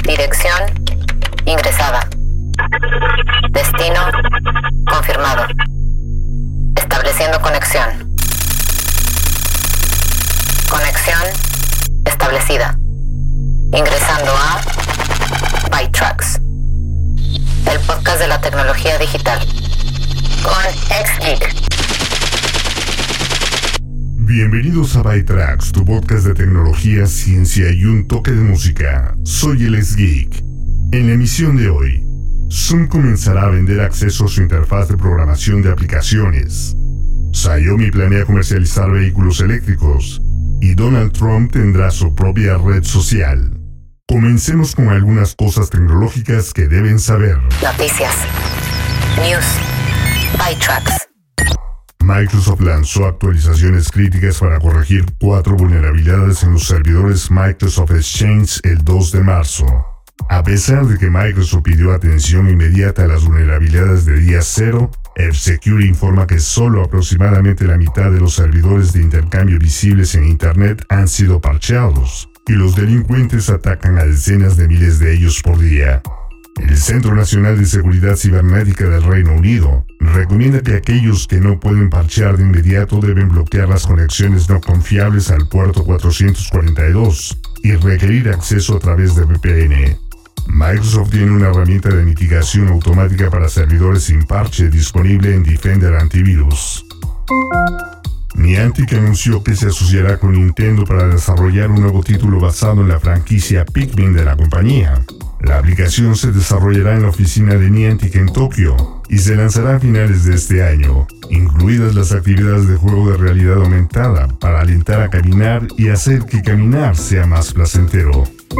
Dirección ingresada. Destino confirmado. Estableciendo conexión. Conexión establecida. Ingresando a ByteTrax, el podcast de la tecnología digital, con XGeek. Bienvenidos a ByteTrax, tu podcast de tecnología, ciencia y un toque de música. Soy el XGeek. En la emisión de hoy, Zoom comenzará a vender acceso a su interfaz de programación de aplicaciones. Xiaomi planea comercializar vehículos eléctricos y Donald Trump tendrá su propia red social. Comencemos con algunas cosas tecnológicas que deben saber. Noticias. News. ByteTrax. Microsoft lanzó actualizaciones críticas para corregir 4 vulnerabilidades en los servidores Microsoft Exchange el 2 de marzo. A pesar de que Microsoft pidió atención inmediata a las vulnerabilidades de día cero, F-Security informa que solo aproximadamente la mitad de los servidores de intercambio visibles en Internet han sido parcheados, y los delincuentes atacan a decenas de miles de ellos por día. El Centro Nacional de Seguridad Cibernética del Reino Unido recomienda que aquellos que no pueden parchear de inmediato deben bloquear las conexiones no confiables al puerto 442 y requerir acceso a través de VPN. Microsoft tiene una herramienta de mitigación automática para servidores sin parche disponible en Defender Antivirus. Niantic anunció que se asociará con Nintendo para desarrollar un nuevo título basado en la franquicia Pikmin de la compañía. La aplicación se desarrollará en la oficina de Niantic en Tokio y se lanzará a finales de este año, incluidas las actividades de juego de realidad aumentada para alentar a caminar y hacer que caminar sea más placentero.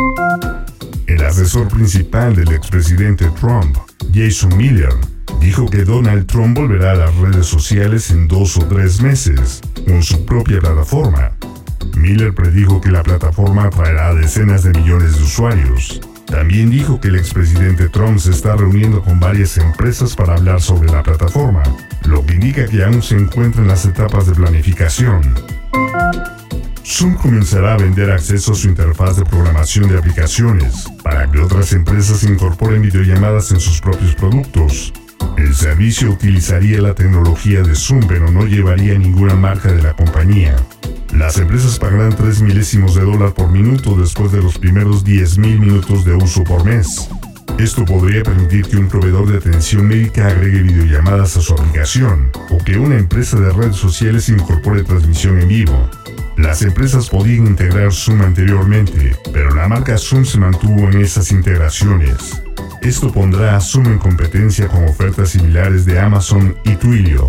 El asesor principal del expresidente Trump, Jason Miller, dijo que Donald Trump volverá a las redes sociales en 2 o 3 meses, con su propia plataforma. Miller predijo que la plataforma atraerá a decenas de millones de usuarios. También dijo que el expresidente Trump se está reuniendo con varias empresas para hablar sobre la plataforma, lo que indica que aún se encuentra en las etapas de planificación. Zoom comenzará a vender acceso a su interfaz de programación de aplicaciones para que otras empresas incorporen videollamadas en sus propios productos. El servicio utilizaría la tecnología de Zoom, pero no llevaría ninguna marca de la compañía. Las empresas pagarán 3 milésimos de dólar por minuto después de los primeros 10.000 minutos de uso por mes. Esto podría permitir que un proveedor de atención médica agregue videollamadas a su aplicación, o que una empresa de redes sociales incorpore transmisión en vivo. Las empresas podían integrar Zoom anteriormente, pero la marca Zoom se mantuvo en esas integraciones. Esto pondrá a Zoom en competencia con ofertas similares de Amazon y Twilio.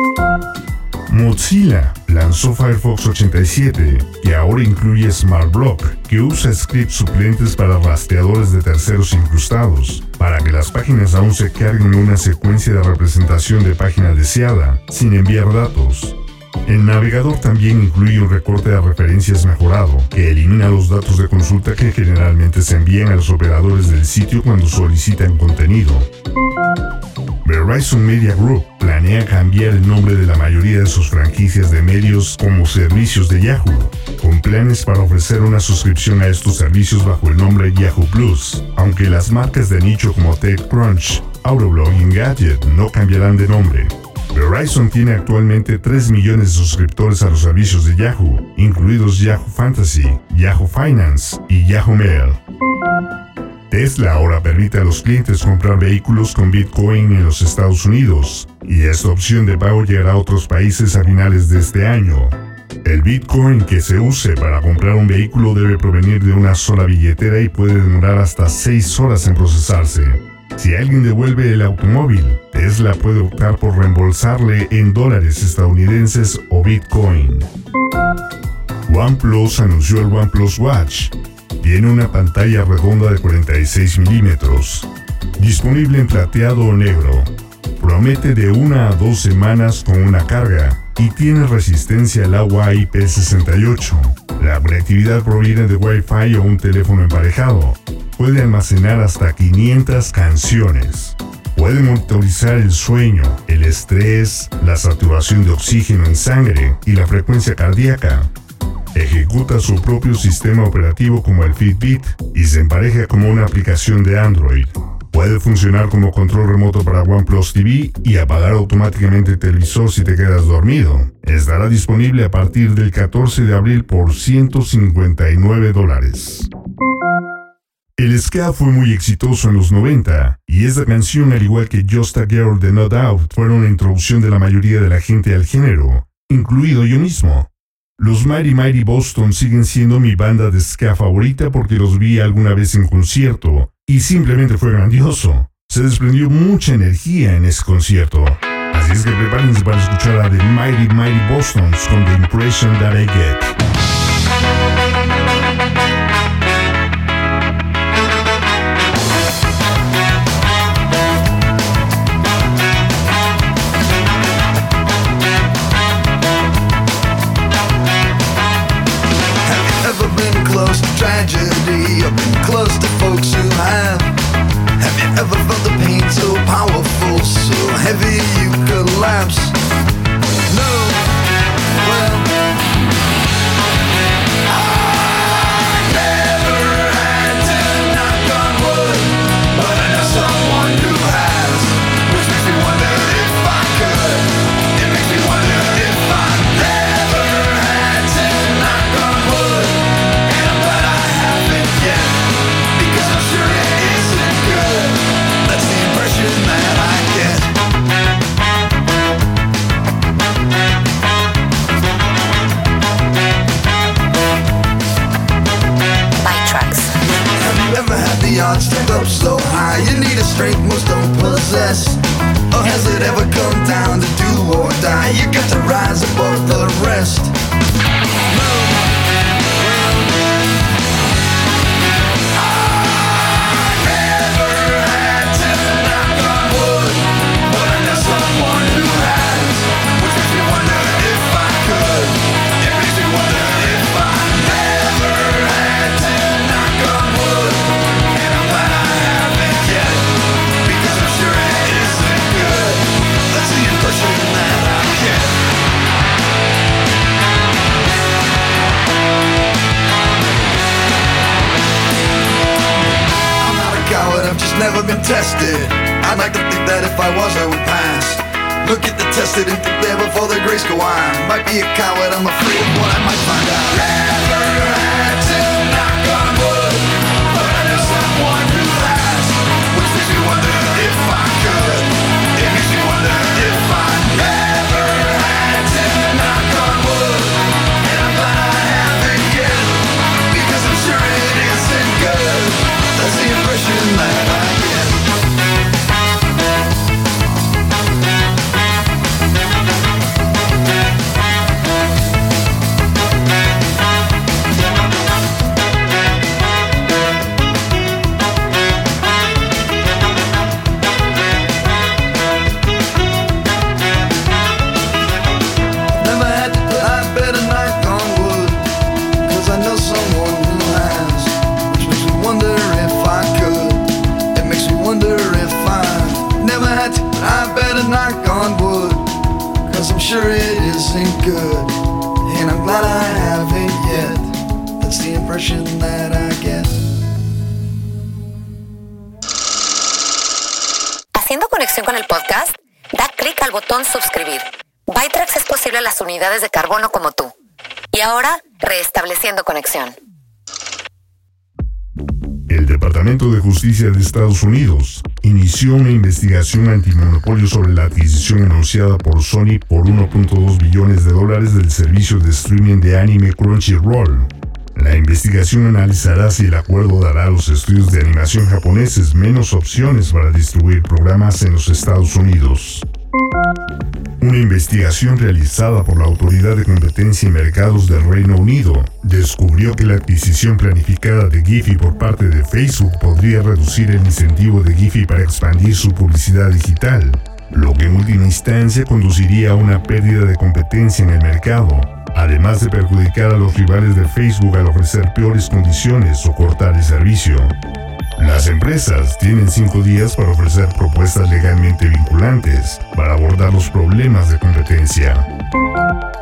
Mozilla lanzó Firefox 87, que ahora incluye SmartBlock, que usa scripts suplentes para rastreadores de terceros incrustados, para que las páginas aún se carguen en una secuencia de representación de página deseada, sin enviar datos. El navegador también incluye un recorte de referencias mejorado, que elimina los datos de consulta que generalmente se envían a los operadores del sitio cuando solicitan contenido. Verizon Media Group planea cambiar el nombre de la mayoría de sus franquicias de medios como servicios de Yahoo, con planes para ofrecer una suscripción a estos servicios bajo el nombre Yahoo Plus, aunque las marcas de nicho como TechCrunch, Autoblog y Engadget no cambiarán de nombre. Verizon tiene actualmente 3 millones de suscriptores a los servicios de Yahoo, incluidos Yahoo Fantasy, Yahoo Finance y Yahoo Mail. Tesla ahora permite a los clientes comprar vehículos con Bitcoin en los Estados Unidos, y esta opción de pago llegará a otros países a finales de este año. El Bitcoin que se use para comprar un vehículo debe provenir de una sola billetera y puede demorar hasta 6 horas en procesarse. Si alguien devuelve el automóvil, Tesla puede optar por reembolsarle en dólares estadounidenses o Bitcoin. OnePlus anunció el OnePlus Watch. Tiene una pantalla redonda de 46 milímetros, disponible en plateado o negro. Promete de 1 a 2 semanas con una carga y tiene resistencia al agua IP68. La conectividad proviene de Wi-Fi o un teléfono emparejado. Puede almacenar hasta 500 canciones. Puede monitorizar el sueño, el estrés, la saturación de oxígeno en sangre y la frecuencia cardíaca. ejecuta su propio sistema operativo como el Fitbit y se empareja como una aplicación de Android. Puede funcionar como control remoto para OnePlus TV y apagar automáticamente el televisor si te quedas dormido. Estará disponible a partir del 14 de abril por $159. El ska fue muy exitoso en los 90, y esta canción, al igual que Just a Girl de No Doubt, fueron la introducción de la mayoría de la gente al género, incluido yo mismo. Los Mighty Mighty Boston siguen siendo mi banda de ska favorita porque los vi alguna vez en concierto, y simplemente fue grandioso. Se desprendió mucha energía en ese concierto. Así es que prepárense para escuchar a The Mighty Mighty Bostons con The Impression That I Get. Tragedy, I've been close to folks who have. Have you ever felt the pain so powerful, so heavy you collapse? No, well, I never had to knock on wood, but I know someone who has, which makes me wonder if I could. It makes me wonder if I never had to knock on wood. Because I'm sure it isn't good. That's the impression that I get. ByTrax. Have you ever had the odds stacked up so high you need a strength most don't possess? Or has it ever come down to do or die? You got to rise above the rest. Never been tested. I'd like to think that if I was, I would pass. Look at the tested and think there before the grace go on. Might be a coward, I'm afraid of what I might find out. Never had to knock on wood, but I know someone who has, which makes me wonder if I could. It makes me wonder if I never had to knock on wood, and I'm glad I haven't yet, because I'm sure it isn't good. That's the impression that I get. Never had to, but I better knock on wood, 'cause I know someone who has, which makes me wonder if I could. It makes me wonder if I never had to, but I better knock on wood, 'cause I'm sure it isn't good, and I'm glad I haven't yet. That's the impression that I get. Haciendo conexión con el podcast, da clic al botón suscribir. ByTrax es posible a las unidades de carbono como tú. Y ahora, restableciendo conexión. El Departamento de Justicia de Estados Unidos inició una investigación antimonopolio sobre la adquisición anunciada por Sony por $1.2 billones del servicio de streaming de anime Crunchyroll. La investigación analizará si el acuerdo dará a los estudios de animación japoneses menos opciones para distribuir programas en los Estados Unidos. Una investigación realizada por la Autoridad de Competencia y Mercados del Reino Unido descubrió que la adquisición planificada de Giphy por parte de Facebook podría reducir el incentivo de Giphy para expandir su publicidad digital, lo que en última instancia conduciría a una pérdida de competencia en el mercado, además de perjudicar a los rivales de Facebook al ofrecer peores condiciones o cortar el servicio. Las empresas tienen 5 días para ofrecer propuestas legalmente vinculantes para abordar los problemas de competencia.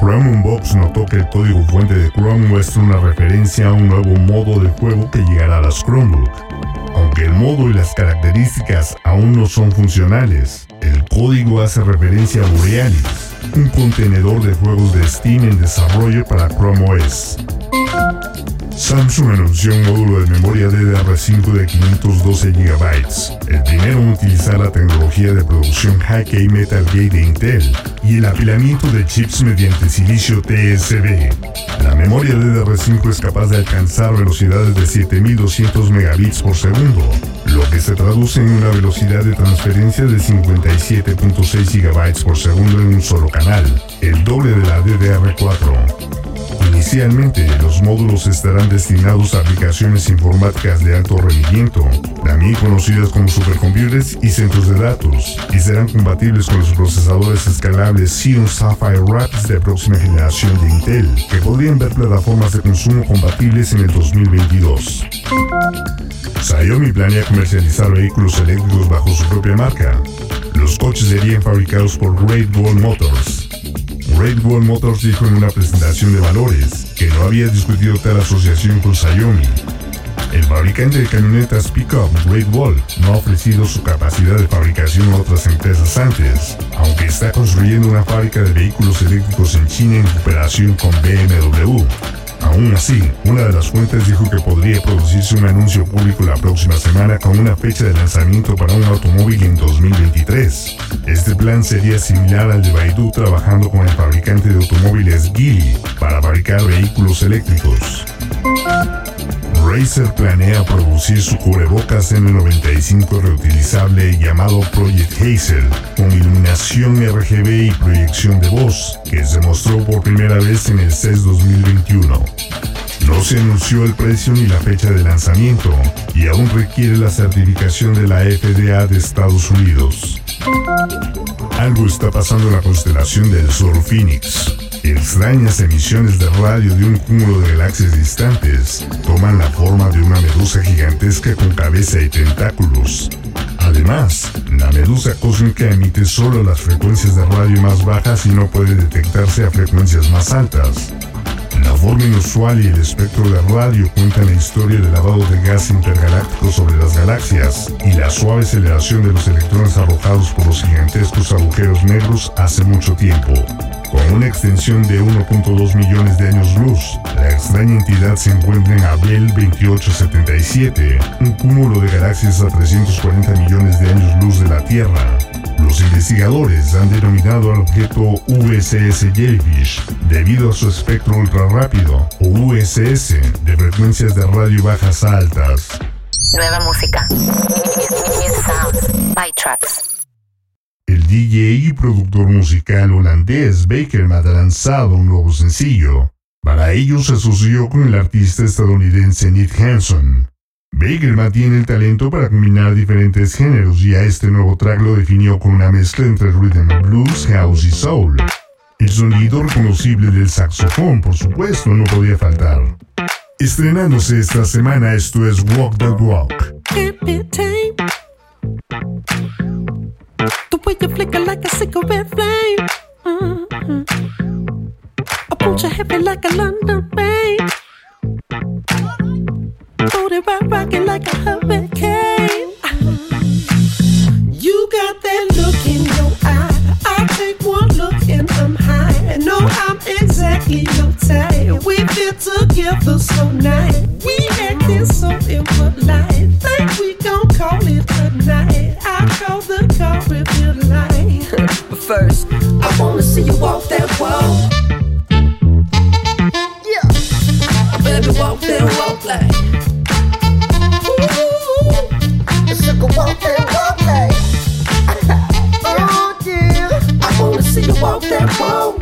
Chromebox notó que el código fuente de Chrome muestra una referencia a un nuevo modo de juego que llegará a las Chromebook. Aunque el modo y las características aún no son funcionales, el código hace referencia a Borealis, un contenedor de juegos de Steam en desarrollo para Chrome OS. Samsung anunció un módulo de memoria DDR5 de 512 GB, el primero en utilizar la tecnología de producción High-K Metal Gate de Intel y el apilamiento de chips mediante silicio TSV. La memoria DDR5 es capaz de alcanzar velocidades de 7200 megabits por segundo, lo que se traduce en una velocidad de transferencia de 57.6 GB por segundo en un solo canal, el doble de la DDR4. Inicialmente, los módulos estarán destinados a aplicaciones informáticas de alto rendimiento, también conocidas como supercomputers y centros de datos, y serán compatibles con los procesadores escalables Xeon Sapphire Rapids de próxima generación de Intel, que podrían ver plataformas de consumo compatibles en el 2022. Xiaomi planea comercializar vehículos eléctricos bajo su propia marca. Los coches serían fabricados por Great Wall Motors. Great Wall Motors dijo en una presentación de valores que no había discutido tal asociación con Xiaomi. El fabricante de camionetas Pickup, Great Wall, no ha ofrecido su capacidad de fabricación a otras empresas antes, aunque está construyendo una fábrica de vehículos eléctricos en China en cooperación con BMW. Aún así, una de las fuentes dijo que podría producirse un anuncio público la próxima semana con una fecha de lanzamiento para un automóvil en 2023. Este plan sería similar al de Baidu trabajando con el fabricante de automóviles Geely para fabricar vehículos eléctricos. Razer planea producir su cubrebocas N95 reutilizable llamado Project Hazel, con iluminación RGB y proyección de voz, que se mostró por primera vez en el CES 2021. No se anunció el precio ni la fecha de lanzamiento, y aún requiere la certificación de la FDA de Estados Unidos. Algo está pasando en la constelación del Sol Phoenix. Extrañas emisiones de radio de un cúmulo de galaxias distantes toman la forma de una medusa gigantesca con cabeza y tentáculos. Además, la medusa cósmica emite solo las frecuencias de radio más bajas y no puede detectarse a frecuencias más altas. La forma inusual y el espectro de radio cuentan la historia del lavado de gas intergaláctico sobre las galaxias y la suave aceleración de los electrones arrojados por los gigantescos agujeros negros hace mucho tiempo. Con una extensión de 1.2 millones de años luz, la extraña entidad se encuentra en Abell 2877, un cúmulo de galaxias a 340 millones de años luz de la Tierra. Los investigadores han denominado al objeto USS Jellyfish debido a su espectro ultrarrápido, o USS, de frecuencias de radio bajas a altas. Nueva música. New sounds. By Tracks. El DJ y productor musical holandés Bakermat ha lanzado un nuevo sencillo. Para ello se asoció con el artista estadounidense Nick Hanson. Bakermat tiene el talento para combinar diferentes géneros y a este nuevo track lo definió con una mezcla entre rhythm and blues, house y soul. El sonido reconocible del saxofón, por supuesto, no podía faltar. Estrenándose esta semana, esto es Walk That Walk. The way you flicker like a cigarette flame. I pull you heavy like a London rain. Booty rockin' like a hurricane. You got that look in your eye. I take one look and I'm high. And know I'm exactly your type. We fit together so nice. We acting so impolite. Think we gon' call it a night. I call the car if you like. But first, I wanna see you walk that walk. Yeah. Baby, walk that walk like. Ooh, sugar, walk that walk like. Oh yeah. I wanna see you walk that walk.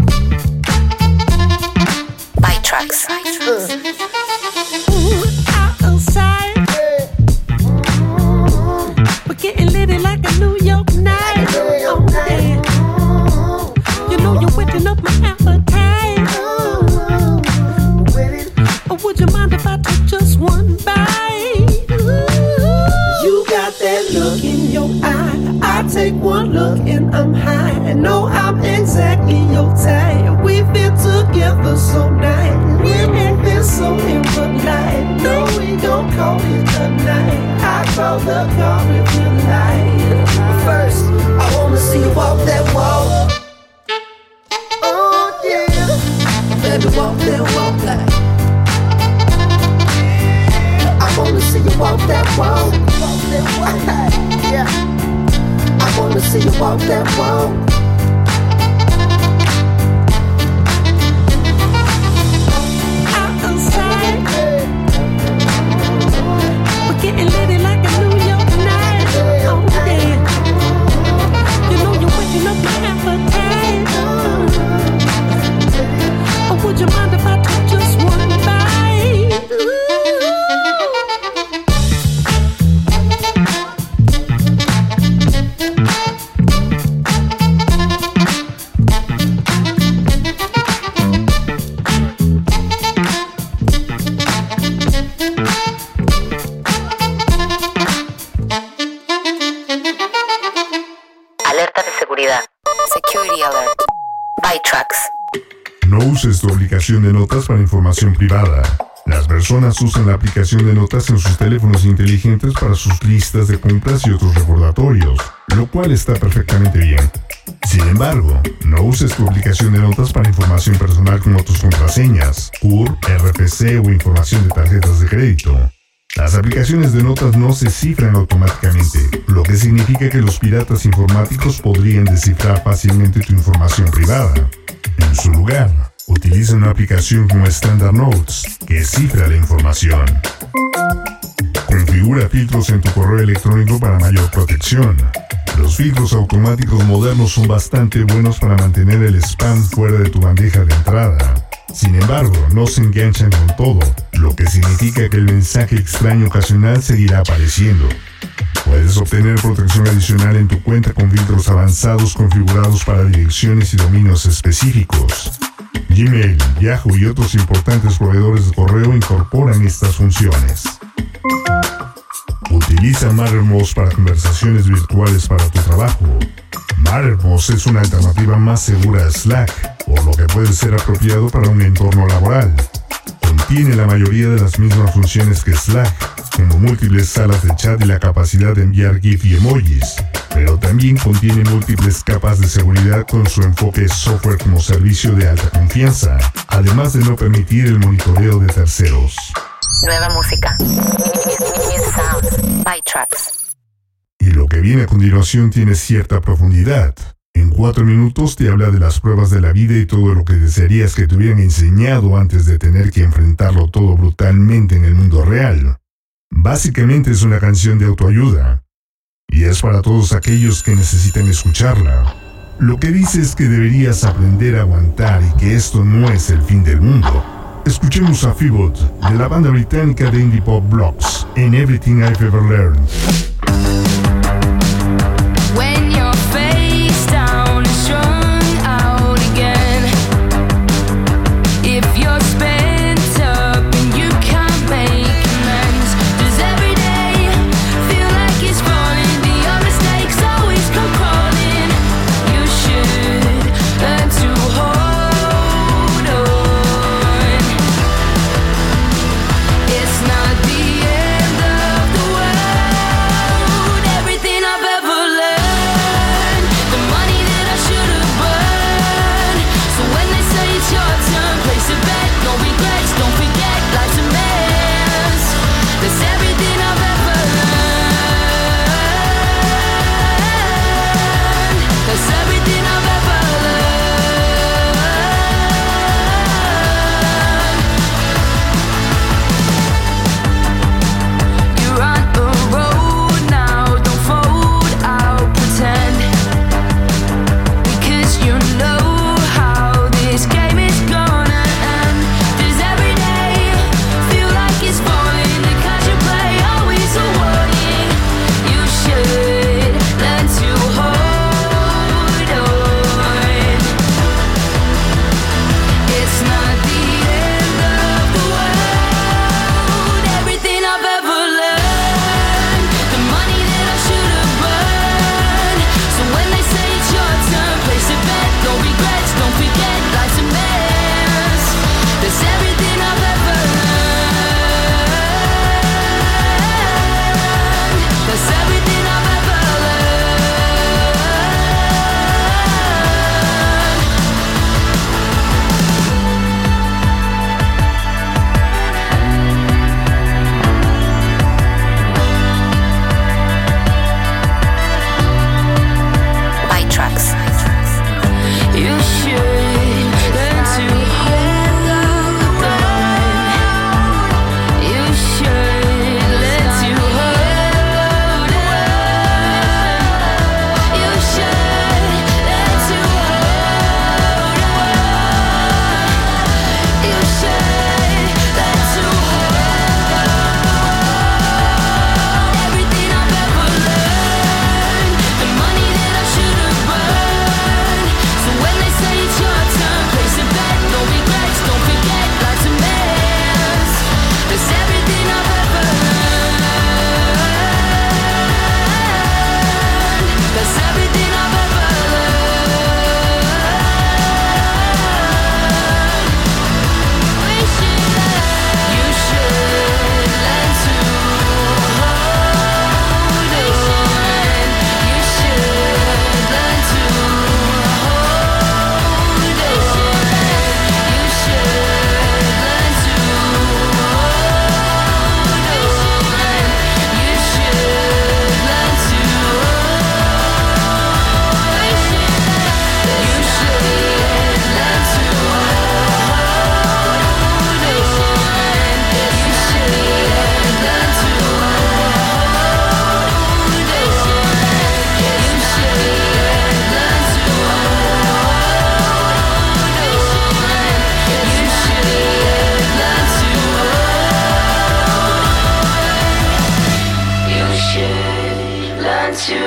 By Tracks. Outside. We're getting litty like a New York night. Oh, yeah. You know you're wetting up my appetite. Or would you mind if I took just one bite? You got that look in your eye. I take one look and I'm high. And know I'm exactly your type. We fit to control the car if you like. But first, I wanna see you walk that walk. Oh yeah, baby, walk that walk like. I wanna see you walk that walk. Walk that walk. Yeah. I wanna see you walk that walk. Getting litty like a New York night. Oh yeah, you know you're waking up my appetite. Oh, would you mind if I took just one bite? Security Alert. ByTrax. No uses tu aplicación de notas para información privada. Las personas usan la aplicación de notas en sus teléfonos inteligentes para sus listas de compras y otros recordatorios, lo cual está perfectamente bien. Sin embargo, no uses tu aplicación de notas para información personal como tus contraseñas, CUR, RFC o información de tarjetas de crédito. Las aplicaciones de notas no se cifran automáticamente, lo que significa que los piratas informáticos podrían descifrar fácilmente tu información privada. En su lugar, utiliza una aplicación como Standard Notes, que cifra la información. Configura filtros en tu correo electrónico para mayor protección. Los filtros automáticos modernos son bastante buenos para mantener el spam fuera de tu bandeja de entrada. Sin embargo, no se enganchan con todo, lo que significa que el mensaje extraño ocasional seguirá apareciendo. Puedes obtener protección adicional en tu cuenta con filtros avanzados configurados para direcciones y dominios específicos. Gmail, Yahoo y otros importantes proveedores de correo incorporan estas funciones. Utiliza Mattermost para conversaciones virtuales para tu trabajo. Mattermost es una alternativa más segura a Slack, por lo que puede ser apropiado para un entorno laboral. Contiene la mayoría de las mismas funciones que Slack, como múltiples salas de chat y la capacidad de enviar GIF y emojis, pero también contiene múltiples capas de seguridad con su enfoque software como servicio de alta confianza, además de no permitir el monitoreo de terceros. Nueva música. New sounds. ByTrax. Y lo que viene a continuación tiene cierta profundidad. En 4 minutos te habla de las pruebas de la vida y todo lo que desearías que te hubieran enseñado antes de tener que enfrentarlo todo brutalmente en el mundo real. Básicamente es una canción de autoayuda. Y es para todos aquellos que necesitan escucharla. Lo que dice es que deberías aprender a aguantar y que esto no es el fin del mundo. Escuchemos a Phoebot, de la banda británica de indie pop Blocks, en Everything I've Ever Learned. When you're face down and strung out again, if you're spent up and you can't make amends, does every day feel like it's falling? Do your mistakes always come crawling? You should learn to hold on. It's not the end of the world. want to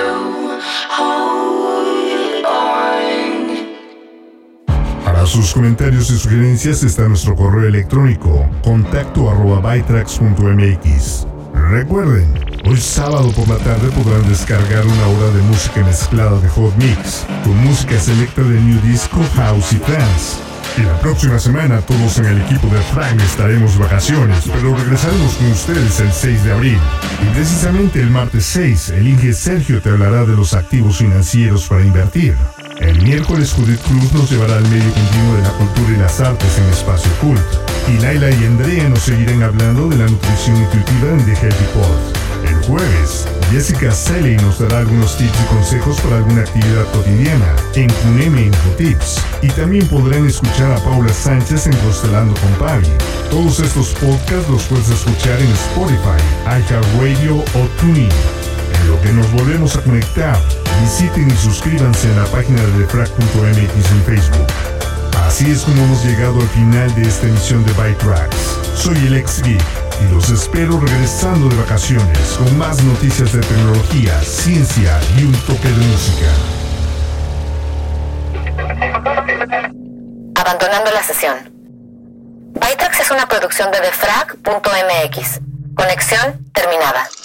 hold on. Para sus comentarios y sugerencias está nuestro correo electrónico contacto@bytrax.mx. Recuerden, hoy sábado por la tarde podrán descargar una hora de música mezclada de Hot Mix, con música selecta de New Disco, House y Trance. Y la próxima semana todos en el equipo de Frank estaremos de vacaciones, pero regresaremos con ustedes el 6 de abril. Y precisamente el martes 6, el Inge Sergio te hablará de los activos financieros para invertir. El miércoles Judith Cruz nos llevará al medio continuo de la cultura y las artes en Espacio Cult. Y Laila y Andrea nos seguirán hablando de la nutrición intuitiva en The Healthy Pod. El jueves, Jessica Seley nos dará algunos tips y consejos para alguna actividad cotidiana en Cuneme InfoTips. Y también podrán escuchar a Paula Sánchez en Constelando con Pavi. Todos estos podcasts los puedes escuchar en Spotify, iHeartRadio o TuneIn. En lo que nos volvemos a conectar, visiten y suscríbanse en la página de TheFrag.mx en Facebook. Así es como hemos llegado al final de esta emisión de ByTrax. Soy el ex Geek y los espero regresando de vacaciones con más noticias de tecnología, ciencia y un toque de música. Abandonando la sesión. ByTrax es una producción de TheFrag.mx. Conexión terminada.